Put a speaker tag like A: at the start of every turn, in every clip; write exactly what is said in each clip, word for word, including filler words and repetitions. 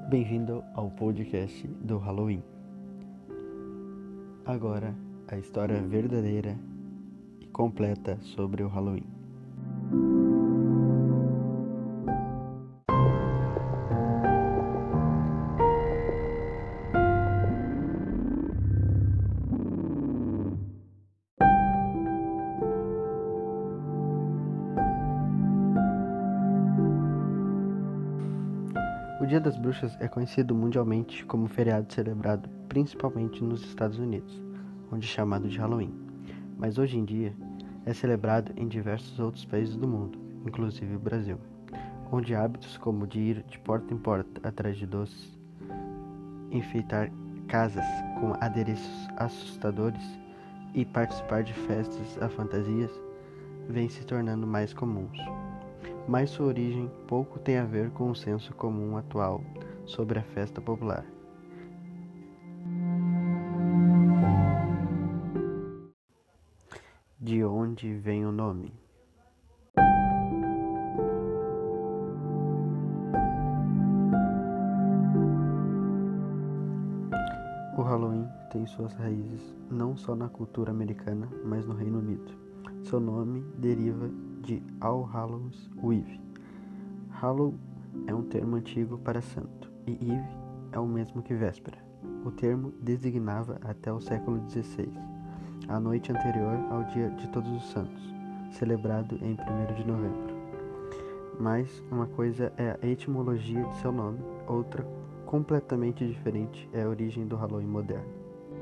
A: Bem-vindo ao podcast do Halloween. Agora, a história verdadeira e completa sobre o Halloween. O Dia das Bruxas é conhecido mundialmente como feriado celebrado principalmente nos Estados Unidos, onde é chamado de Halloween, mas hoje em dia é celebrado em diversos outros países do mundo, inclusive o Brasil, onde hábitos como de ir de porta em porta atrás de doces, enfeitar casas com adereços assustadores e participar de festas a fantasias vêm se tornando mais comuns. Mas sua origem pouco tem a ver com o senso comum atual sobre a festa popular. De onde vem o nome? O Halloween tem suas raízes não só na cultura americana, mas no Reino Unido. Seu nome deriva de All Hallows Eve. Hallow é um termo antigo para santo, e Eve é o mesmo que véspera. O termo designava até o século dezesseis, a noite anterior ao Dia de Todos os Santos, celebrado em primeiro de novembro. Mas uma coisa é a etimologia de seu nome, outra completamente diferente é a origem do Halloween moderno.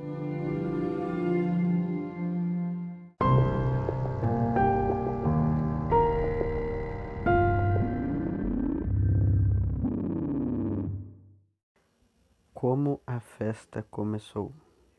A: Como a festa começou?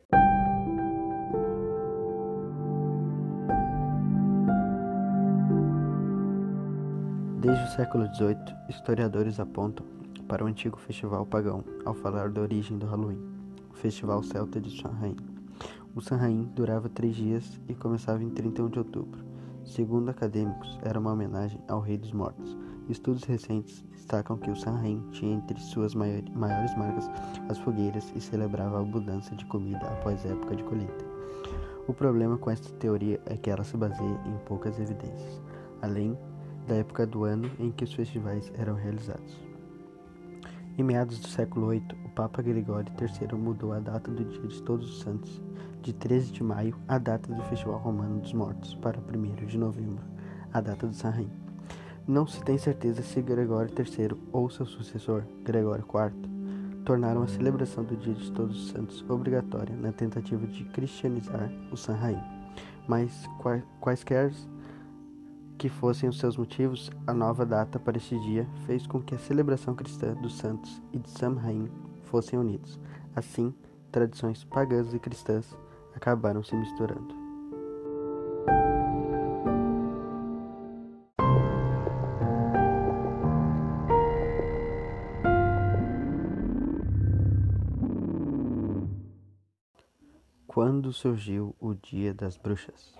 A: Desde o século dezoito, historiadores apontam para o antigo festival pagão ao falar da origem do Halloween, o Festival Celta de Samhain. O Samhain durava três dias e começava em trinta e um de outubro. Segundo acadêmicos, era uma homenagem ao Rei dos Mortos. Estudos recentes destacam que o Samhain tinha entre suas maiores marcas as fogueiras e celebrava a abundância de comida após a época de colheita. O problema com esta teoria é que ela se baseia em poucas evidências, além da época do ano em que os festivais eram realizados. Em meados do século oito, o Papa Gregório terceiro mudou a data do Dia de Todos os Santos, de treze de maio, a data do Festival Romano dos Mortos, para primeiro de novembro, a data do Samhain. Não se tem certeza se Gregório terceiro ou seu sucessor, Gregório quarto, tornaram a celebração do Dia de Todos os Santos obrigatória na tentativa de cristianizar o Samhain. Mas quaisquer que fossem os seus motivos, a nova data para este dia fez com que a celebração cristã dos santos e de Samhain fossem unidos. Assim, tradições pagãs e cristãs acabaram se misturando. Quando surgiu o Dia das Bruxas?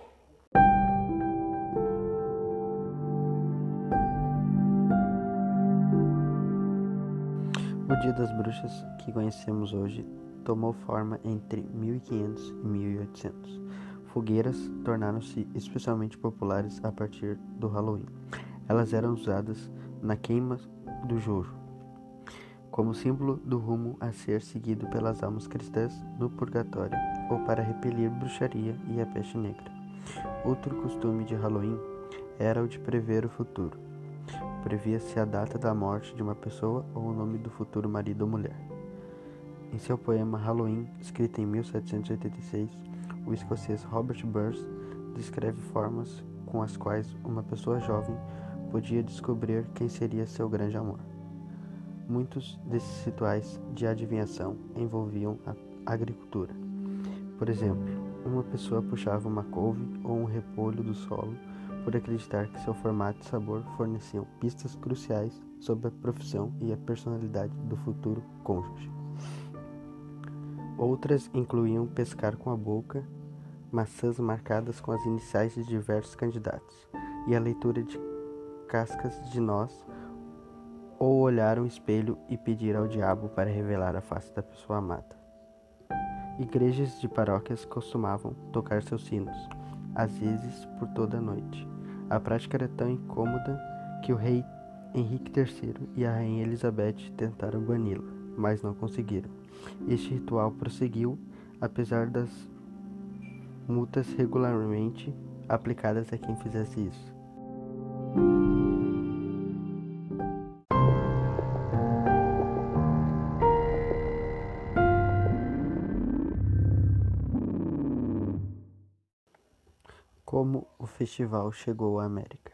A: O Dia das Bruxas, que conhecemos hoje, tomou forma entre mil e quinhentos e mil e oitocentos. Fogueiras tornaram-se especialmente populares a partir do Halloween. Elas eram usadas na queima do jouro, como símbolo do rumo a ser seguido pelas almas cristãs no purgatório, ou para repelir bruxaria e a peste negra. Outro costume de Halloween era o de prever o futuro. Previa-se a data da morte de uma pessoa ou o nome do futuro marido ou mulher. Em seu poema Halloween, escrito em mil setecentos e oitenta e seis, o escocês Robert Burns descreve formas com as quais uma pessoa jovem podia descobrir quem seria seu grande amor. Muitos desses rituais de adivinhação envolviam a agricultura. Por exemplo, uma pessoa puxava uma couve ou um repolho do solo por acreditar que seu formato e sabor forneciam pistas cruciais sobre a profissão e a personalidade do futuro cônjuge. Outras incluíam pescar com a boca, maçãs marcadas com as iniciais de diversos candidatos, e a leitura de cascas de noz ou olhar um espelho e pedir ao diabo para revelar a face da pessoa amada. Igrejas de paróquias costumavam tocar seus sinos, às vezes por toda a noite. A prática era tão incômoda que o rei Henrique terceiro e a rainha Elizabeth tentaram bani-la, mas não conseguiram. Este ritual prosseguiu, apesar das multas regularmente aplicadas a quem fizesse isso. Como o festival chegou à América.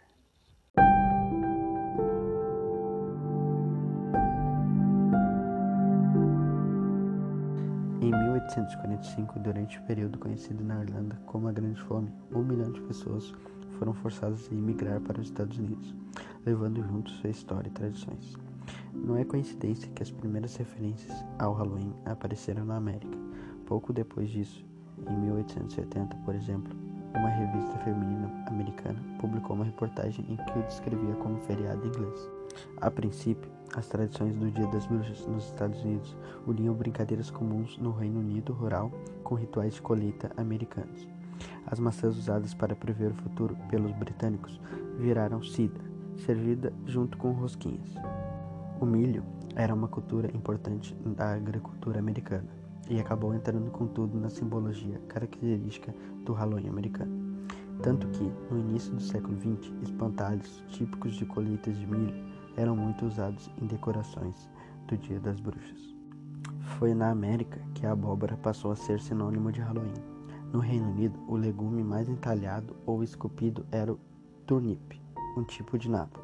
A: Em mil oitocentos e quarenta e cinco, durante o período conhecido na Irlanda como a Grande Fome, um milhão de pessoas foram forçadas a emigrar para os Estados Unidos, levando junto sua história e tradições. Não é coincidência que as primeiras referências ao Halloween apareceram na América. Pouco depois disso, em mil oitocentos e oitenta, por exemplo, uma revista feminina americana publicou uma reportagem em que o descrevia como feriado inglês. A princípio, as tradições do Dia das Bruxas nos Estados Unidos uniam brincadeiras comuns no Reino Unido rural com rituais de colheita americanos. As maçãs usadas para prever o futuro pelos britânicos viraram cidra, servida junto com rosquinhas. O milho era uma cultura importante da agricultura americana e acabou entrando com tudo na simbologia característica do Halloween americano. Tanto que, no início do século vinte, espantalhos típicos de colheitas de milho eram muito usados em decorações do Dia das Bruxas. Foi na América que a abóbora passou a ser sinônimo de Halloween. No Reino Unido, o legume mais entalhado ou esculpido era o turnip, um tipo de nabo.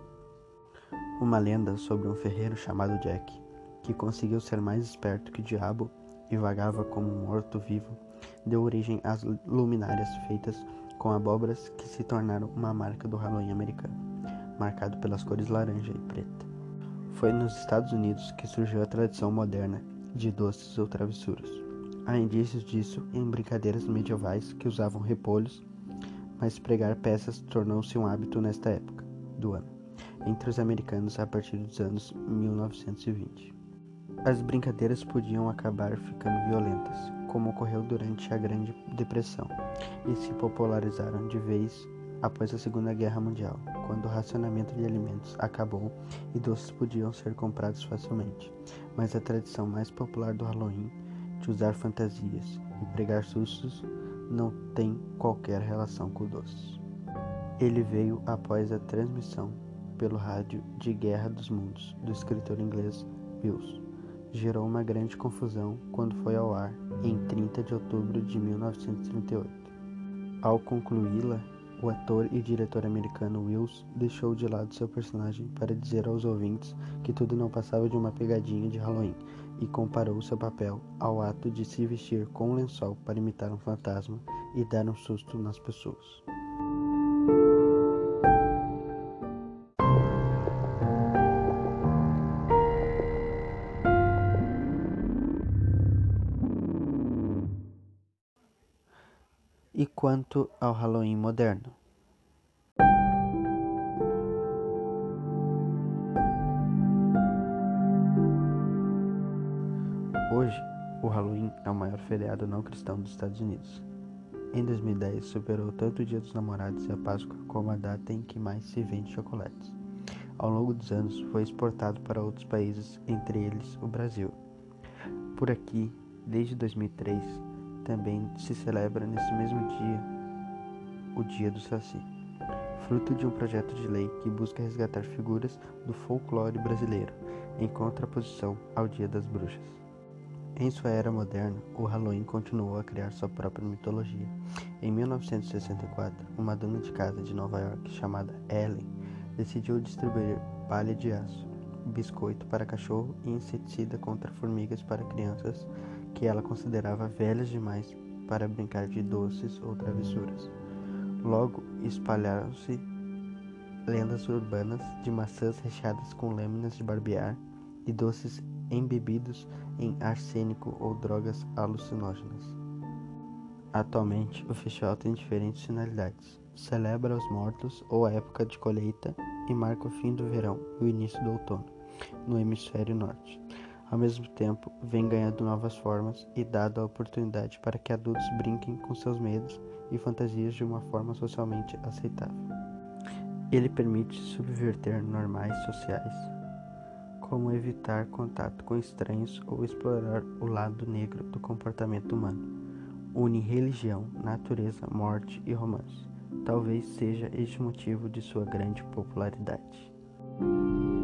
A: Uma lenda sobre um ferreiro chamado Jack, que conseguiu ser mais esperto que o diabo e vagava como um morto-vivo, deu origem às luminárias feitas com abóboras que se tornaram uma marca do Halloween americano, marcado pelas cores laranja e preta. Foi nos Estados Unidos que surgiu a tradição moderna de doces ou travessuras. Há indícios disso em brincadeiras medievais que usavam repolhos, mas pregar peças tornou-se um hábito nesta época do ano, entre os americanos a partir dos anos mil novecentos e vinte. As brincadeiras podiam acabar ficando violentas, como ocorreu durante a Grande Depressão, e se popularizaram de vez após a Segunda Guerra Mundial, quando o racionamento de alimentos acabou e doces podiam ser comprados facilmente. Mas a tradição mais popular do Halloween, de usar fantasias e pregar sustos, não tem qualquer relação com doces. Ele veio após a transmissão pelo rádio de Guerra dos Mundos, do escritor inglês Wills. Gerou uma grande confusão quando foi ao ar em trinta de outubro de mil novecentos e trinta e oito. Ao concluí-la, o ator e diretor americano Wills deixou de lado seu personagem para dizer aos ouvintes que tudo não passava de uma pegadinha de Halloween e comparou seu papel ao ato de se vestir com um lençol para imitar um fantasma e dar um susto nas pessoas. E quanto ao Halloween moderno? Hoje, o Halloween é o maior feriado não cristão dos Estados Unidos. Em dois mil e dez, superou tanto o Dia dos Namorados e a Páscoa como a data em que mais se vende chocolates. Ao longo dos anos, foi exportado para outros países, entre eles o Brasil. Por aqui, desde dois mil e três, também se celebra nesse mesmo dia o Dia do Saci, fruto de um projeto de lei que busca resgatar figuras do folclore brasileiro, em contraposição ao Dia das Bruxas. Em sua era moderna, o Halloween continuou a criar sua própria mitologia. Em mil novecentos e sessenta e quatro, uma dona de casa de Nova York chamada Ellen decidiu distribuir palha de aço, biscoito para cachorro e inseticida contra formigas para crianças que ela considerava velhas demais para brincar de doces ou travessuras. Logo, espalharam-se lendas urbanas de maçãs recheadas com lâminas de barbear e doces embebidos em arsênico ou drogas alucinógenas. Atualmente, o festival tem diferentes finalidades. Celebra os mortos ou a época de colheita e marca o fim do verão e o início do outono. no hemisfério norte. Ao mesmo tempo, vem ganhando novas formas e dado a oportunidade para que adultos brinquem com seus medos e fantasias de uma forma socialmente aceitável. Ele permite subverter normais sociais, como evitar contato com estranhos ou explorar o lado negro do comportamento humano. Une religião, natureza, morte e romance. Talvez seja este o motivo de sua grande popularidade.